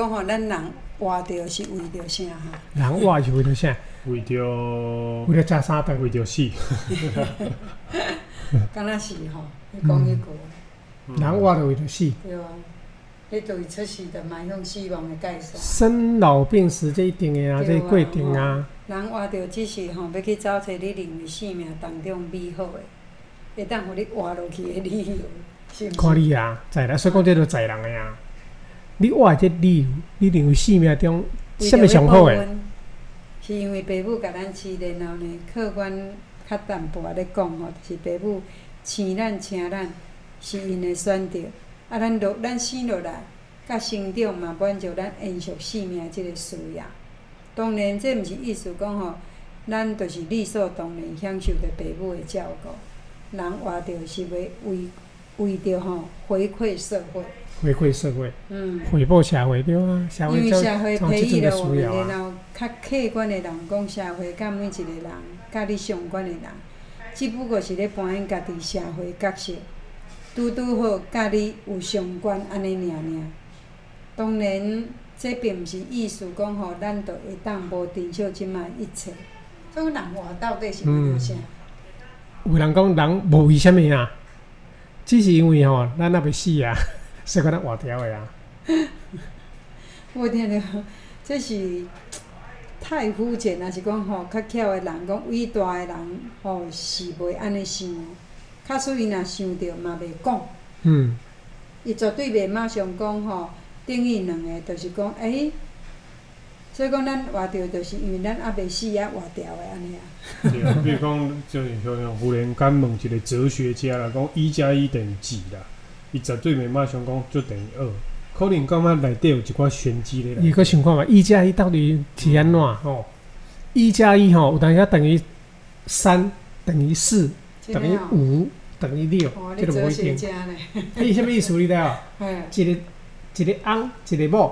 讲吼，咱人活着是为着啥哈？ 人活是为着啥？ 为着食三顿， 为着死。 敢若是吼，你讲迄句。 人活着为着死。 对啊，你对出世就迈向死亡的界线。 生老病死这一定的啊，这过程啊。 人活着只是吼，要去找找你认为生命当中美好的，会当互你活落去的理由，是毋是？ 看你啊，在啦，所以讲这都在人的啊。你活这理由，你认为生命中什么上好诶？ 是因为爸母甲咱饲，然后呢，客观较淡薄仔咧讲吼，就是爸母饲咱、请咱。是因的选择，啊，咱生落来，甲成长嘛，满足咱延续生命即个需要。当然，这毋是意思讲吼，咱就是理所当然享受着爸母的照顾。人活着是为着吼回馈社会。 回馈社会。回报社会对啊，社会因为社会培育了我们， 然后较客观的人讲，社会甲每一个人，甲你相关的人，只不过是咧扮演家己社会角色。拄好，甲你有相关安尼尔。当然，这并毋是意思讲吼，咱就会当无珍惜即卖一切。这种人活到底是为了啥？ 有人讲人无为虾米啊？只是因为吼，咱还袂死啊，所以讲咱活条的啊。 我听着，这是太肤浅，还是讲吼较巧的人讲伟大的人吼是袂安尼想。假使伊若想着嘛袂讲，伊绝对袂马上讲吼，等于两个，就是讲，所以讲咱活着，就是因为咱还袂死啊，活掉的安尼啊。 对啊，比如讲，就是像忽然间问一个哲学家啦，讲1+1等于几啦，伊绝对袂马上讲就等于2，可能感觉内底有一寡玄机咧。 伊个想看嘛，1+1到底是安怎吼？1+1吼，有当时等于3，等于4。等于5，等于6，这都无一定。伊什么意思你知道？一个翁，一个某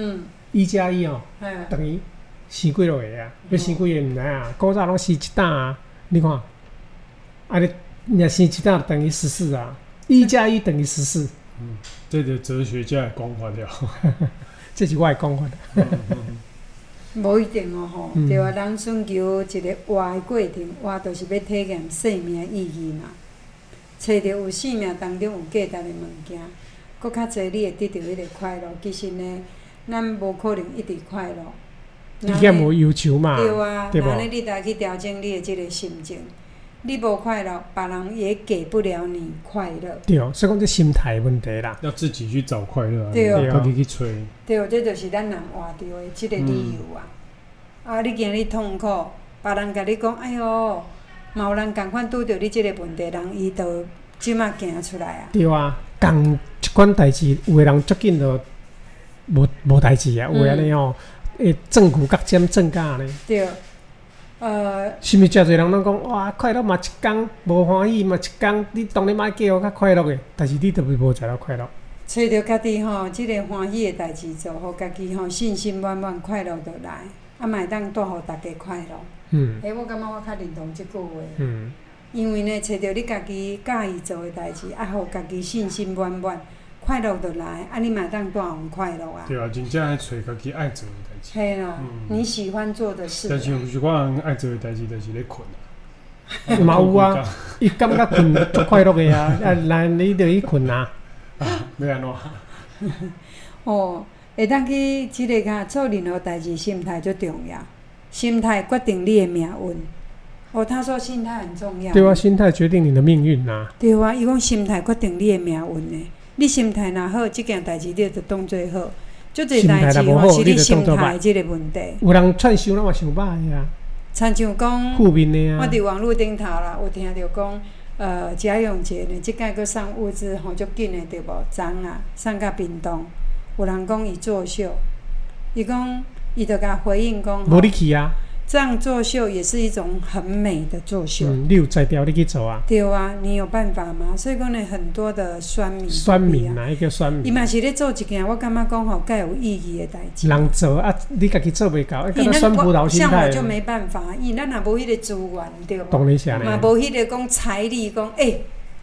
，1+1哦，等于生几落个啊？要生几个毋知啊？古早拢生一担啊，你看，啊你若生一担等于14啊，1+1等于14。 这个哲学家的讲法了。 这是我的讲法。 无一定哦吼，对啊，人寻求一个活的过程，活就是要体验生命的意义嘛。找到有生命当中有价值的物件，搁较侪你会得到迄个快乐。其实呢，咱无可能一直快乐。 你遐无要求嘛？ 对啊，那呢，你来去调整你的即个心情。你无快乐，别人也给不了你快乐。 对，所以讲这心态问题啦。 要自己去找快乐啊， 对， 自己去找。 对，这就是咱人活着的即个理由啊。你今日痛苦，别人甲你讲，哎哟，嘛有人共款拄着你即个问题，人伊就即马行出来啊。 对啊，共一款代志，有的人足紧就无代志啊，有的安尼吼，会证据甲占证假呢。 对。 是毋是诚侪人拢讲哇，快乐嘛一天，无欢喜嘛一天，你当然莫叫我较快乐的，但是你都无找到快乐。 找着家己吼，即个欢喜的代志做，互家己吼信心满满，快乐就来，嘛会当带互大家快乐。我感觉我较认同即句话。因为呢，找着你家己喜意做的代志，互家己信心满满，快乐就来，你嘛会当带互快乐啊。 对啊，真正爱找家己爱做的代志。 嘿啦，你喜欢做的事。 但是有一寡人爱做的代志，就是咧困啊。嘛有啊，伊感觉困足快乐的啊，来你就去困啊。 要安怎？ 会当去即个甲做任何代志，心态最重要。心态决定你的命运。他说心态很重要。 对啊，心态决定你的命运呐。 对啊，伊讲心态决定你的命运呢。你心态若好，即件代志你就当做好。足侪代志吼是你心态即个问题。 有人串想咱嘛想歹啊。 亲像讲， 负面的啊。 我伫网络顶头啦，有听着讲，贾永杰呢，即摆佫送物资吼，足紧的对无？昨啊，送到屏东，有人讲伊作秀，伊讲伊就甲回应讲， 无你去啊。 这样作秀也是一种很美的作秀。 你有才调，你去做啊？ 对啊，你有办法吗？所以讲呢，很多的酸民。 酸民啊，迄叫酸民。 伊嘛是咧做一件，我感觉讲吼，介有意义的代志。 人做啊，你家己做袂到，伊甲酸葡萄心态。 像我就没办法，因咱也无迄个资源，对无？ 当然是安尼。 嘛无迄个讲财力，讲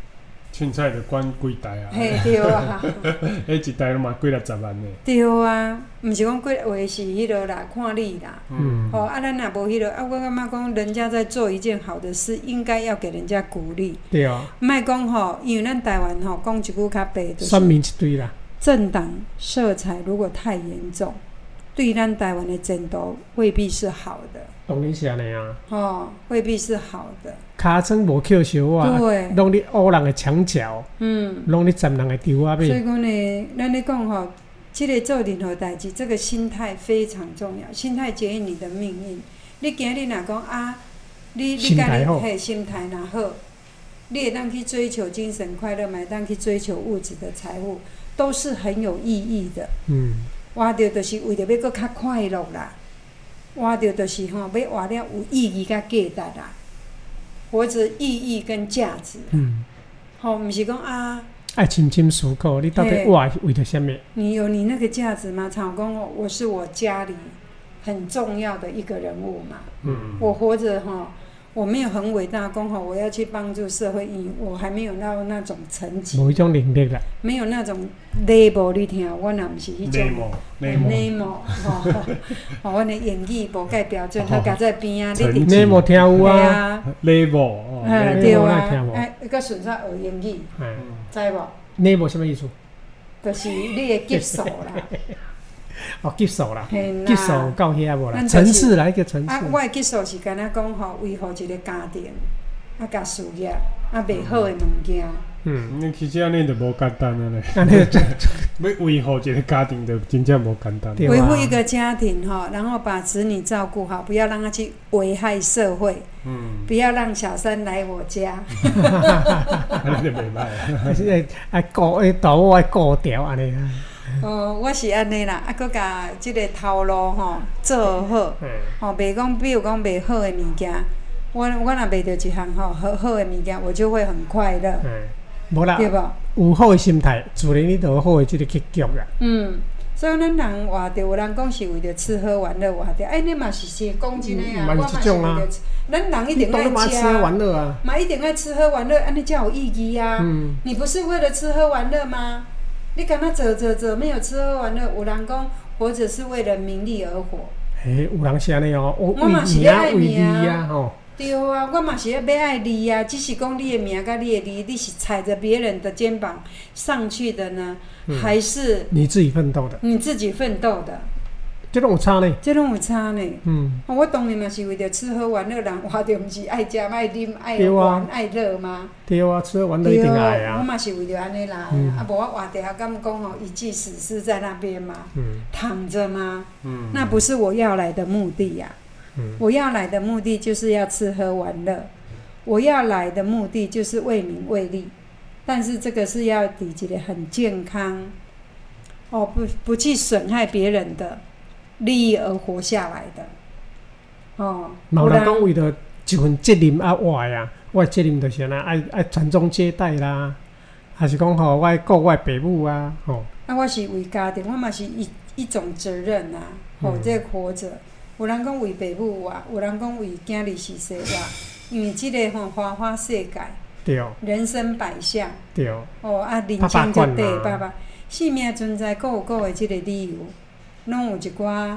凊彩就管几台啊？ 嘿，对啊。 迄一台都嘛几60万呢。 对啊，毋是讲话是迄落啦，看你啦。哦，啊，咱若无迄落，啊，我感觉讲人家在做一件好的事，应该要给人家鼓励。 对啊。 莫讲吼，因为咱台湾吼讲一句较白，就是选民一堆啦。 政党色彩如果太严重，对咱台湾的前途未必是好的。 当然是安尼啊。 哦，未必是好的。 尻川无扣小啊， 对， 拢咧挖人的墙角，拢咧占人的丢啊尾。 所以讲呢，咱咧讲吼，这个做任何代志，这个心态非常重要，心态决定你的命运。你今日若讲啊，你家己嘿心态若好，你会当去追求精神快乐，嘛会当去追求物质的财富，都是很有意义的。活着就是为着要搁较快乐啦，活着就是吼要活了有意义甲价值啦。活着意义跟价值，吼，毋是讲啊， 爱深深思考，你到底活为着什么？ 你有你那个价值吗？常讲我是我家里很重要的一个人物嘛。我活着吼，我没有很伟大，讲吼我要去帮助社会，因为我还没有到那种层级， 无迄种能力啦， 没有那种 level， 你听，我若毋是迄种 level， 吼，阮的言语无介标准，他夹在边啊，你你无听有啊 ？level， 对啊，哎，佮顺煞学英语，知无 ？level 什么意思？ 就是你的级数啦。 哦，级数啦，级数到遐无啦，层次啦，一个层次。 啊，我的级数是敢若讲吼，维护一个家庭，啊，甲事业，啊，袂好的物件。 其实安尼就无简单啊咧。要维护一个家庭，就真正无简单。 维护一个家庭哈，然后把子女照顾好，不要让他去危害社会。不要让小三来我家。 安尼就袂歹。 爱顾，导我爱顾调安尼啊。 我是安尼啦，佮甲即个头路吼做好，袂讲比如讲袂好的物件，我若袂着一项好的物件，我就会很快乐， 无啦， 对无？ 有好的心态，自然你就有好的即个结局啦。 所以咱人活着，有人讲是为着吃喝玩乐活着，你嘛是讲真诶啊，我嘛是为着，咱人一定爱吃喝玩乐啊， 嘛一定爱吃喝玩乐，安尼才有意义啊。你不是为了吃喝玩乐吗？你敢若做没有吃喝玩乐，有人讲活着是为了名利而活。 有人是安尼哦， 我嘛是要爱名啊，吼。 对啊，我嘛是要爱利啊，只是讲你的名甲你的利，你是踩着别人的肩膀上去的呢，还是你自己奋斗的？ 你自己奋斗的。 这种有差呢？ 这种有差呢。我当然嘛是为着吃喝玩乐，人活着毋是爱食、爱啉、爱玩、爱乐吗？ 对啊，吃喝玩乐一定爱啊。 我嘛是为着安尼来啊，无我活着敢讲吼一具死尸在那边嘛，躺着吗？那不是我要来的目的呀。我要来的目的就是要吃喝玩乐，我要来的目的就是为名为利，但是这个是要以一个很健康，不去损害别人的利益而活下来的。 有人讲为着一份责任啊活啊，我的责任就是安那爱传宗接代啦，还是讲我爱顾我的爸母啊， 我是为家庭，我嘛是一种责任啊，这活着。有人讲为爸母活，有人讲为囝儿是生活，因为这个花花世界， 对， 人生百相， 对， 人生就短，爸爸，生命存在各有各的这个理由，拢有一寡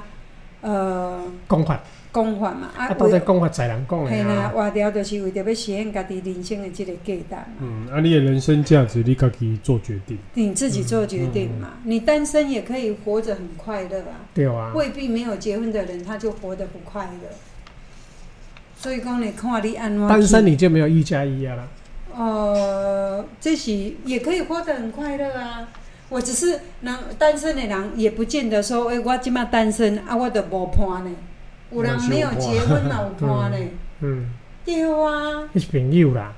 讲法嘛。 到底讲法在人讲的啊。 嘿啦，活着就是为着要实现家己人生的这个价值嘛。 你的人生价值你家己做决定。 你自己做决定嘛。你单身也可以活着很快乐啊。 对啊。 未必没有结婚的人他就活得不快乐。所以讲你看你安怎。 单身你就没有1+1啊啦。 这是也可以活得很快乐啊。我只是单身的人也不见得说，我即马单身啊，我就无伴呢。有人没有结婚嘛，有伴呢。对啊。 那是朋友啦。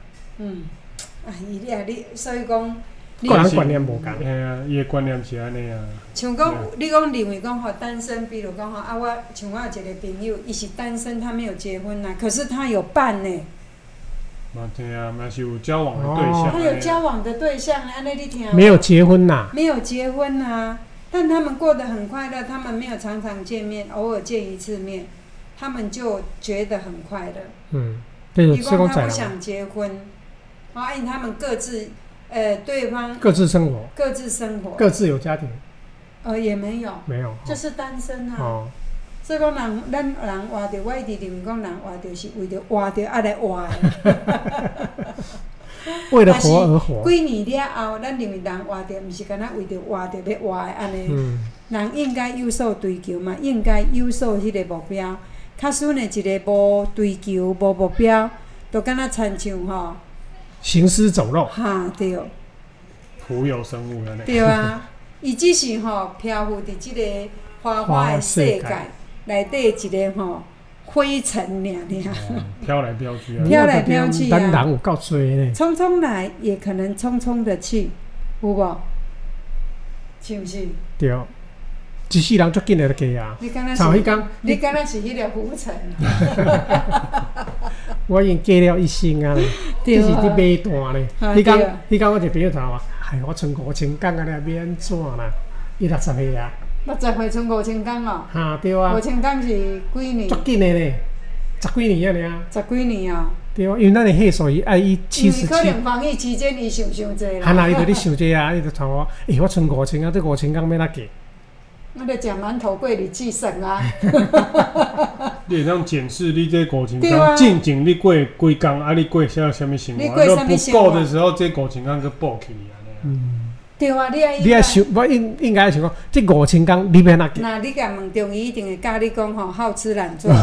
你所以讲， 个人观念无共。 嘿啊，伊的观念是安尼啊。 像讲，你讲认为讲单身，比如讲我像我有一个朋友，伊是单身，他没有结婚呐，可是他有伴呢。 嘛对啊，嘛是有交往的对象。 他有交往的对象，安尼你听。 没有结婚呐。 没有结婚呐，但他们过得很快乐，他们没有常常见面，偶尔见一次面，他们就觉得很快乐。 对， 比如讲他不想结婚，因为他们各自对方各自生活， 各自生活， 各自有家庭， 也没有， 没有， 就是单身啊。 哦， 所以讲咱人活着，我一直认为讲人活着是为着活着爱来活的。 为了活而活。 几年了后，咱认为人活着，毋是干那为着活着要活的安尼。人应该有所追求嘛，应该有所迄个目标。较损的一个无追求、无目标，就敢若亲像吼， 行尸走肉。 哈对。 浮游生物安尼。 对啊，伊只是吼漂浮伫即个花花的世界内底一个吼灰尘尔。 飘来飘去啊。 飘来飘去啊。 咱人有够多呢。 匆匆来，也可能匆匆的去，有无？是毋是？ 对。一世人足紧的就过啊！ 你敢若是迄个浮尘？ 我已经过了一生啊！你是伫买单咧？迄讲我一个朋友头话，我剩5000工啊，你要安怎啦？伊60岁啊 ，60岁剩5000工哦。 哈，对啊。 5000工是几年？ 足紧的呢，10几年啊尔。 10几年哦。 对啊，因为咱的岁数伊爱伊77。 因为可能防疫期间伊想济啦。 哈那伊就咧想这啊，伊就传我，我剩5000啊，这5000工要哪过？ 我著食馒头过日子算啊！ 你会当检视你这5000工，进前你过几工，啊你过啥物生活？ 你过啥物生活？不够的时候，这5000工去补起安尼。 对啊， 你爱想，我应该想讲，这5000工你要哪过？ 那你甲问中医一定会教你讲吼，好吃懒做。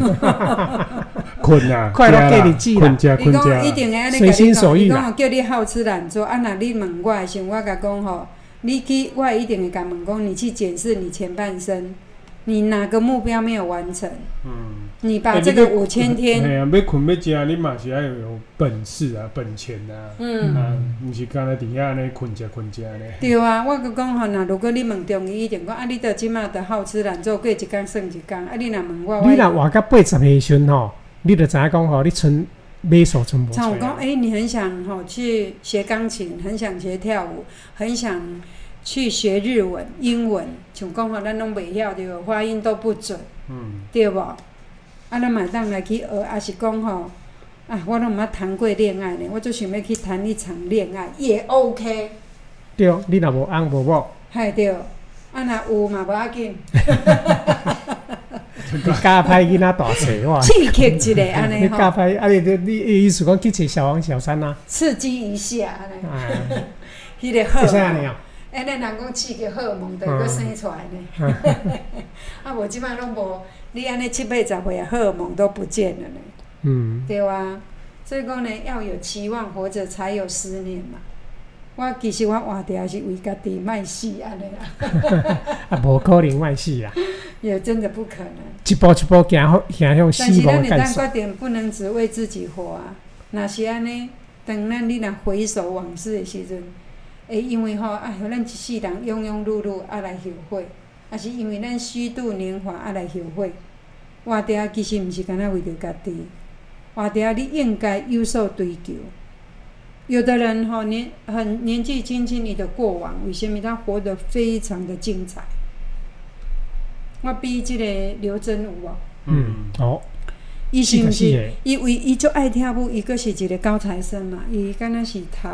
困啊！ 快乐过日子啦！ 伊讲一定会安尼甲你讲，伊讲叫你好吃懒做。啊，若你问我的时候，我甲讲吼。你去，我一定会甲问讲，你去检视你前半生，你哪个目标没有完成？你把这个5000天， 哎呀，要困要食，你嘛是要有本事啊，本钱啊。毋是干那伫遐安尼困食呢。 对啊，我佮讲吼，若如果你问中医，一定讲啊，你到即马着好吃懒做，过一工算一工。啊，你若问我， 你若活到80岁时阵吼，你着知影讲吼，你买手存无？ 像我讲，你很想去学钢琴，很想学跳舞，很想去学日文、英文，像讲咱拢袂晓对无，发音都不准，对无？啊，咱嘛当来去学，也是讲吼，我拢毋捌谈过恋爱呢，我就想要去谈一场恋爱，也 OK。 对，你若无翁无某， 嗨对，若有嘛无要紧。 你教歹囡仔大细哇！ 刺激一下安尼吼。 你教歹，你意思讲去找小王小三啊？ 刺激一下安尼。迄个荷尔蒙。安尼人讲刺激荷尔蒙，就搁生出来呢。啊，无即摆拢无，你安尼70、80岁啊，荷尔蒙都不见了呢。对啊，所以讲呢，要有期望，活着才有思念嘛。其实我活着是为家己莫死安尼啦。 啊，无可能莫死啦。 也真的不可能。 一步一步行向死亡的界线。 但是咱会当决定，不能只为自己活啊。若是安尼，当你若回首往事的时阵，因为咱一世人庸庸碌碌来后悔，也是因为咱虚度年华来后悔。活着其实毋是干那为着家己，活着你应该有所追求。有的人年纪轻轻，你的过往为什么他活得非常的精彩？我比即个刘真有伊是毋是？伊足爱跳舞，伊阁是一个高材生嘛。伊敢若是读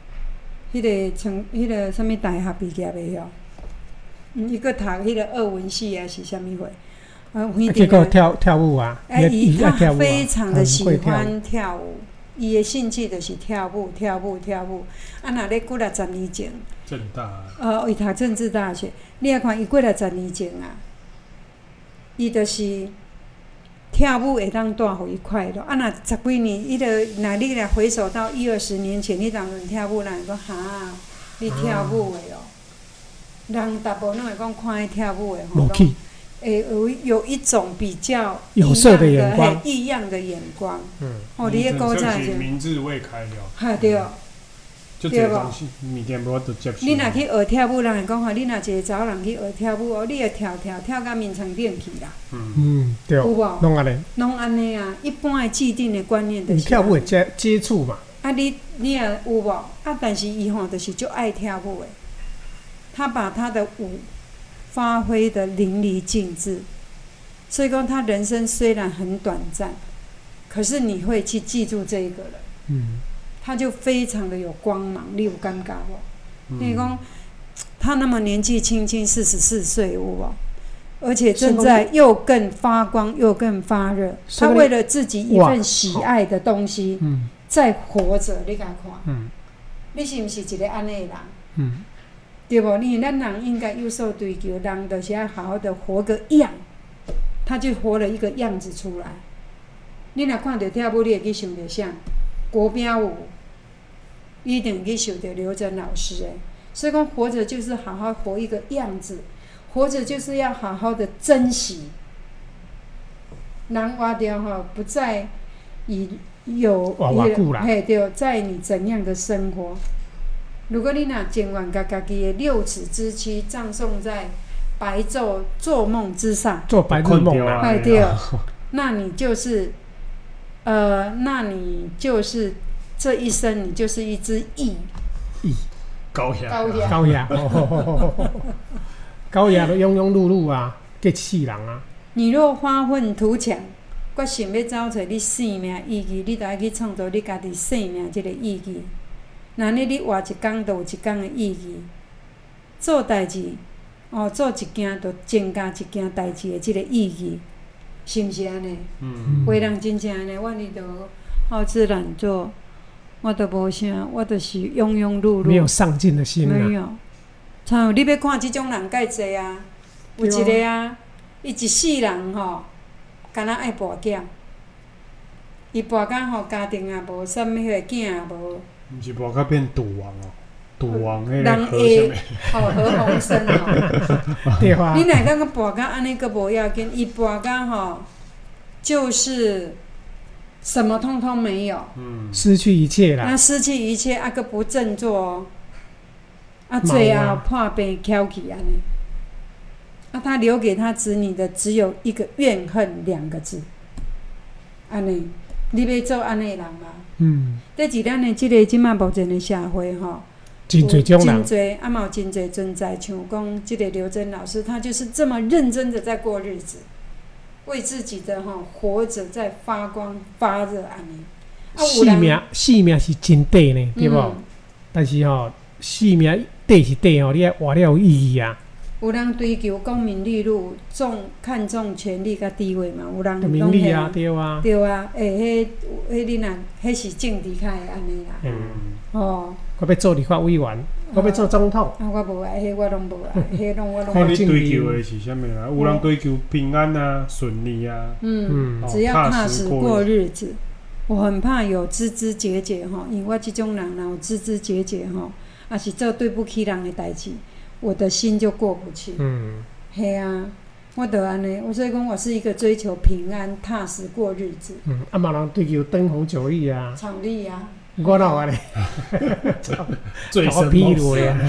迄个什物大学毕业的哟。伊阁读迄个俄文系还是啥物货？ 结果跳舞啊！ 他非常的喜欢跳舞。伊的兴趣就是跳舞。若咧几60年前， 政大。 伊读政治大学，你来看伊几60年前啊，伊就是跳舞会当带互伊快乐。若10几年，若你来回首到20年前，你当阵跳舞，人会讲哈，你跳舞的哦。人大部分拢会讲看伊跳舞的吼。有一种比较有色的眼光， 异样的眼光。你迄古早就明智未开了。 对。 就这东西，物件无法度接受。 你若去学跳舞，人会讲你若一个查某人去学跳舞你会跳到眠床顶去啦。 对。有无？拢安尼。 拢安尼啊！一般的既定的观念就是。 跳舞会接触嘛？ 你也有无？但是伊就是足爱跳舞的，他把他的舞发挥得淋漓尽致，所以讲他人生虽然很短暂，可是你会去记住这一个人。 它就非常的有光芒，你有感觉无？你讲他那么年纪轻轻44岁，有无？而且正在又更发光又更发热，他为了自己一份喜爱的东西，在活着。你敢看？你是不是一个安尼的人？对不？你咱人应该有所追求，人就是要好好的活个样。他就活了一个样子出来。你若看到跳舞，你会去想到啥？国标舞，一定去想到刘真老师的。所以讲，活着就是好好活一个样子。活着就是要好好的珍惜，人活着吼，不再以有嘿对，在你怎样的生活？如果你若情愿把家己的6尺之躯葬送在白昼做梦之上， 做白日梦啊， 哎对，那你就是这一生，你就是一只高牙，高牙都庸庸碌碌啊，结世人啊。 你若发愤图强，决心要找出你生命意义，你就要去创造你家己生命这个意义。那你活一天，就有一天的意义。做代志，做一件，就增加一件代志的这个意义，是不是安尼？为人真正安尼，我哩就好自然做，我都无啥，我就是庸庸碌碌， 没有上进的心啊。 没有。像你要看这种人介济啊，有一个啊，伊一世人吼，敢若爱跋筊，伊跋到吼家庭也无，啥物迄个囝也无。 毋是跋到变赌王哦，赌王迄个何什么？何鸿燊哦。 对啊。 你哪敢跋到安尼个无要紧，伊跋到吼，就是什么通通没有。 失去一切啦。 那失去一切，啊，个不振作哦。最后破病翘起安尼，他留给他子女的只有一个怨恨2个字，安尼，你要做安尼人吗？但是咱的即马目前的社会吼， 真侪种人， 真侪，嘛有真侪存在，像讲即个刘真老师，他就是这么认真的在过日子，为自己的活着在发光发热安尼。 生命是真短呢，对无？但是生命短是短你要活了有意义啊。 有人追求功名利禄，看重权力甲地位嘛，有人名利啊，对啊， 对啊，迄你若迄是政治较会安尼啦。 我要做立法委员，我要做总统。 我无爱，迄我拢无爱，迄拢我拢。 看你追求的是啥物啦？有人追求平安啊、顺利啊。 只要踏实过日子。我很怕有枝枝节节因为我这种人有枝枝节节也是做对不起人的代志，我的心就过不去。嘿啊，我就安尼，所以讲我是一个追求平安、踏实过日子。 嘛人追求灯红酒绿啊。 草绿啊。 我哪有安尼？ 醉生梦死。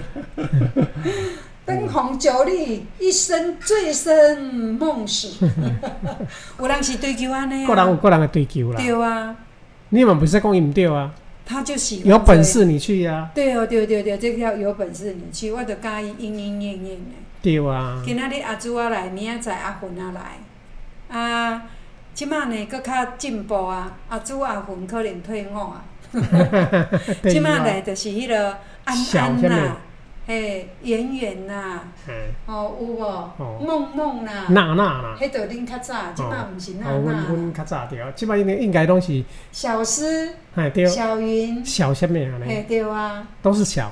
灯红酒绿，一生醉生梦死。有人是追求安尼啊。 个人的追求啦。 对啊。 你嘛不是讲伊唔对啊？ 他就喜欢有本事你去啊。 对，这个叫有本事你去，我就甲伊莺莺燕燕的。 对啊。 今仔日阿祖啊来，明仔载阿芬啊来，即摆呢佫较进步啊，阿祖阿芬可能退伍啊。即摆来就是迄个安安啦，嘿，圆圆啦，有无？梦梦啦， 娜娜啦， 迄就恁较早，即摆毋是娜娜。 阮较早对，即摆应该拢是小诗， 对， 小云， 小什么啊？ 嘿，对啊， 都是小。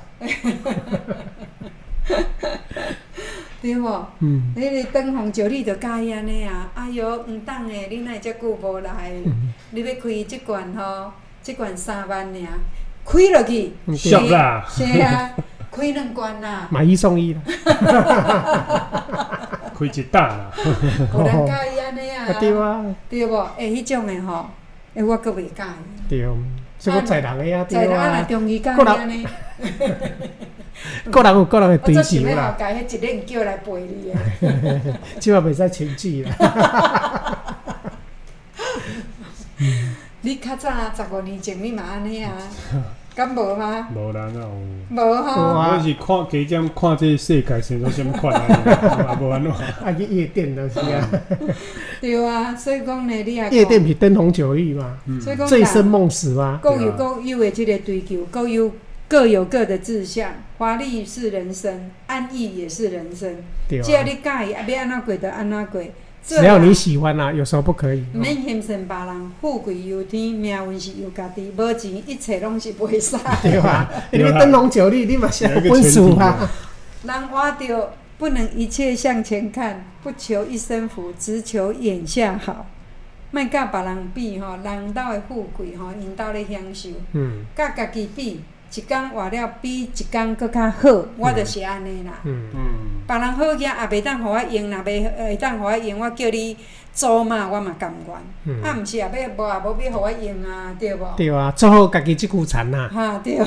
对无？你灯红酒绿就介意安尼啊！哎哟，毋当诶，你哪会遮久无来？你要开即罐即罐3万尔，开落去， 俗啦， 是啊，开2罐啦， 买1送1啦， 开一打啦， 有人介意安尼啊？ 对啊， 对无？迄种诶吼，我阁袂介意。 对，所以我在人诶啊，对啊。 在人啊，中医介意安尼。 个人有个人的追求啦。 我做想要后家迄一个叫来陪你啊。 即摆袂使情绪啦。 你较早15年前你嘛安尼啊？敢无吗？ 无人啊有。 无吼。 我是看加减看这世界生做啥物款啊，也无安怎。 去夜店就是啊。 对啊，所以讲呢，你也夜店比灯红酒绿嘛， 所以讲醉生梦死嘛， 各有各有的这个追求，各有各的志向。华丽是人生，安逸也是人生。 对啊， 只要你介意，要安怎过就安怎过。 只要你喜欢啊，有时候不可以。 免嫌嫌别人，富贵由天，命运是由家己。无钱，一切拢是袂使。 对吧？因为灯红酒绿，你嘛是温俗啊。 人活着不能一切向前看，不求一生福，只求眼下好。莫甲别人比吼，人家的富贵吼，因家咧享受。甲家己比，一天活了比一天搁较好，我就是安尼啦。别人好嘢也袂当互我用，若袂会当互我用，我叫你做嘛，我嘛甘愿。啊，毋是也要无要互我用啊，对无？ 对啊，做好家己即句田呐。 哈，对。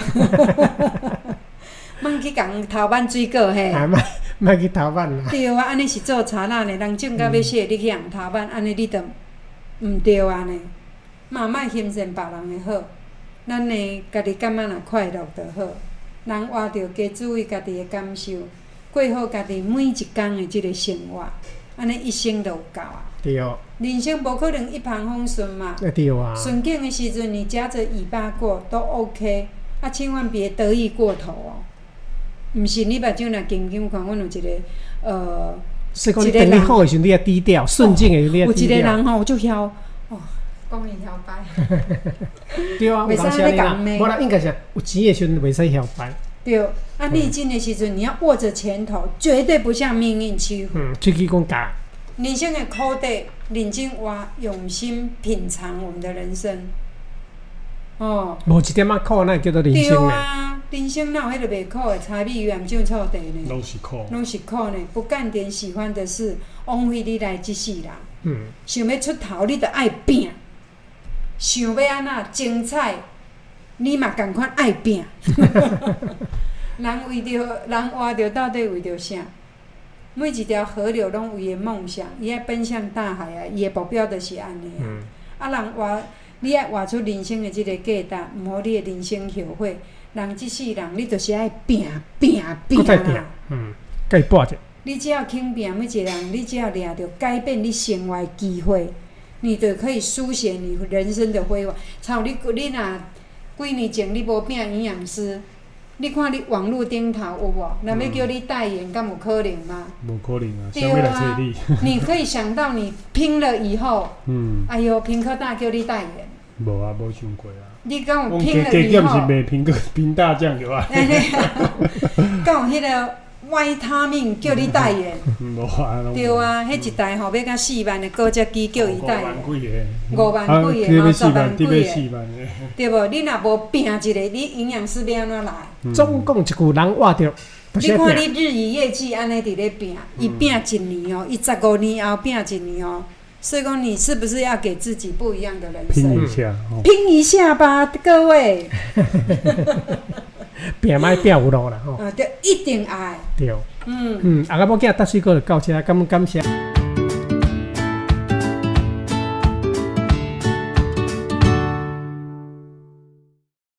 莫去共头挽水果嘿。 莫去头挽啦。 对啊，安尼是做茶烂的，人种到要死，你去共头挽，安尼你就毋对啊呢。嘛莫嫌嫌别人的好，咱呢家己感觉若快乐就好。人活着加注意家己的感受，过好家己每一天的即个生活，安尼一生就有够啊。 对哦。 人生无可能一帆风顺嘛。 对啊。 顺境的时阵，你夹着尾巴过都 OK， 啊，千万别得意过头哦。毋是你目睭若金金看，阮有一个所以讲，你等你好的时候，你要低调；顺境的你要低调。 有一个人吼，就晓哦，讲伊晓摆。 对啊，袂使咧讲咩。无啦，应该是有钱的时阵袂使晓摆。 对，啊，逆境的时阵，你要握着拳头，绝对不向命运屈服。 出去讲假。 人生的苦短，认真活，用心品尝我们的人生。哦， 无一点仔苦，那叫做人生呢？ 对啊，人生哪有迄个袂苦的？柴米油盐酱醋茶呢？ 拢是苦， 拢是苦呢。不干点喜欢的事，枉费你来一世人。想要出头，你着爱拼；想要安那精彩，你嘛共款爱拼。人活着到底为着啥？每一条河流拢有伊的梦想，伊爱奔向大海啊！伊的目标就是安尼啊。人活。你爱活出人生的即个价值，毋好你的人生后悔。人即世人，你就是爱拼啦。 甲伊搏者。 你只要肯拼，每一个人，你只要掠着改变你生活的机会，你就可以书写你人生的辉煌。像你若几年前你无拼营养师，你看你网络顶头有无？若要叫你代言，敢有可能吗？ 无可能啊！ 对啊，你可以想到你拼了以后，哎呦，屏科大叫你代言。 无啊，无想过啊。 你敢有拼了以后？ 加减是卖平大酱油啊。 敢有迄个维他命叫你代言？ 无啊。 对啊，迄一台吼要到4万的高阶机叫伊代言。 5万几个。 5万几个嘛，10万几个。 4万的。 对无？你若无拼一个，你营养师要安怎来？ 总讲一句，人活着。 你看你日以夜继安尼伫咧拼，伊拼1年哦，伊15年后拼1年哦。所以讲，你是不是要给自己不一样的人生？ 拼一下， 拼一下吧，各位。 拼莫拼有路啦吼。 对，一定爱。 对。啊，个某囝搭水果就到这，感谢。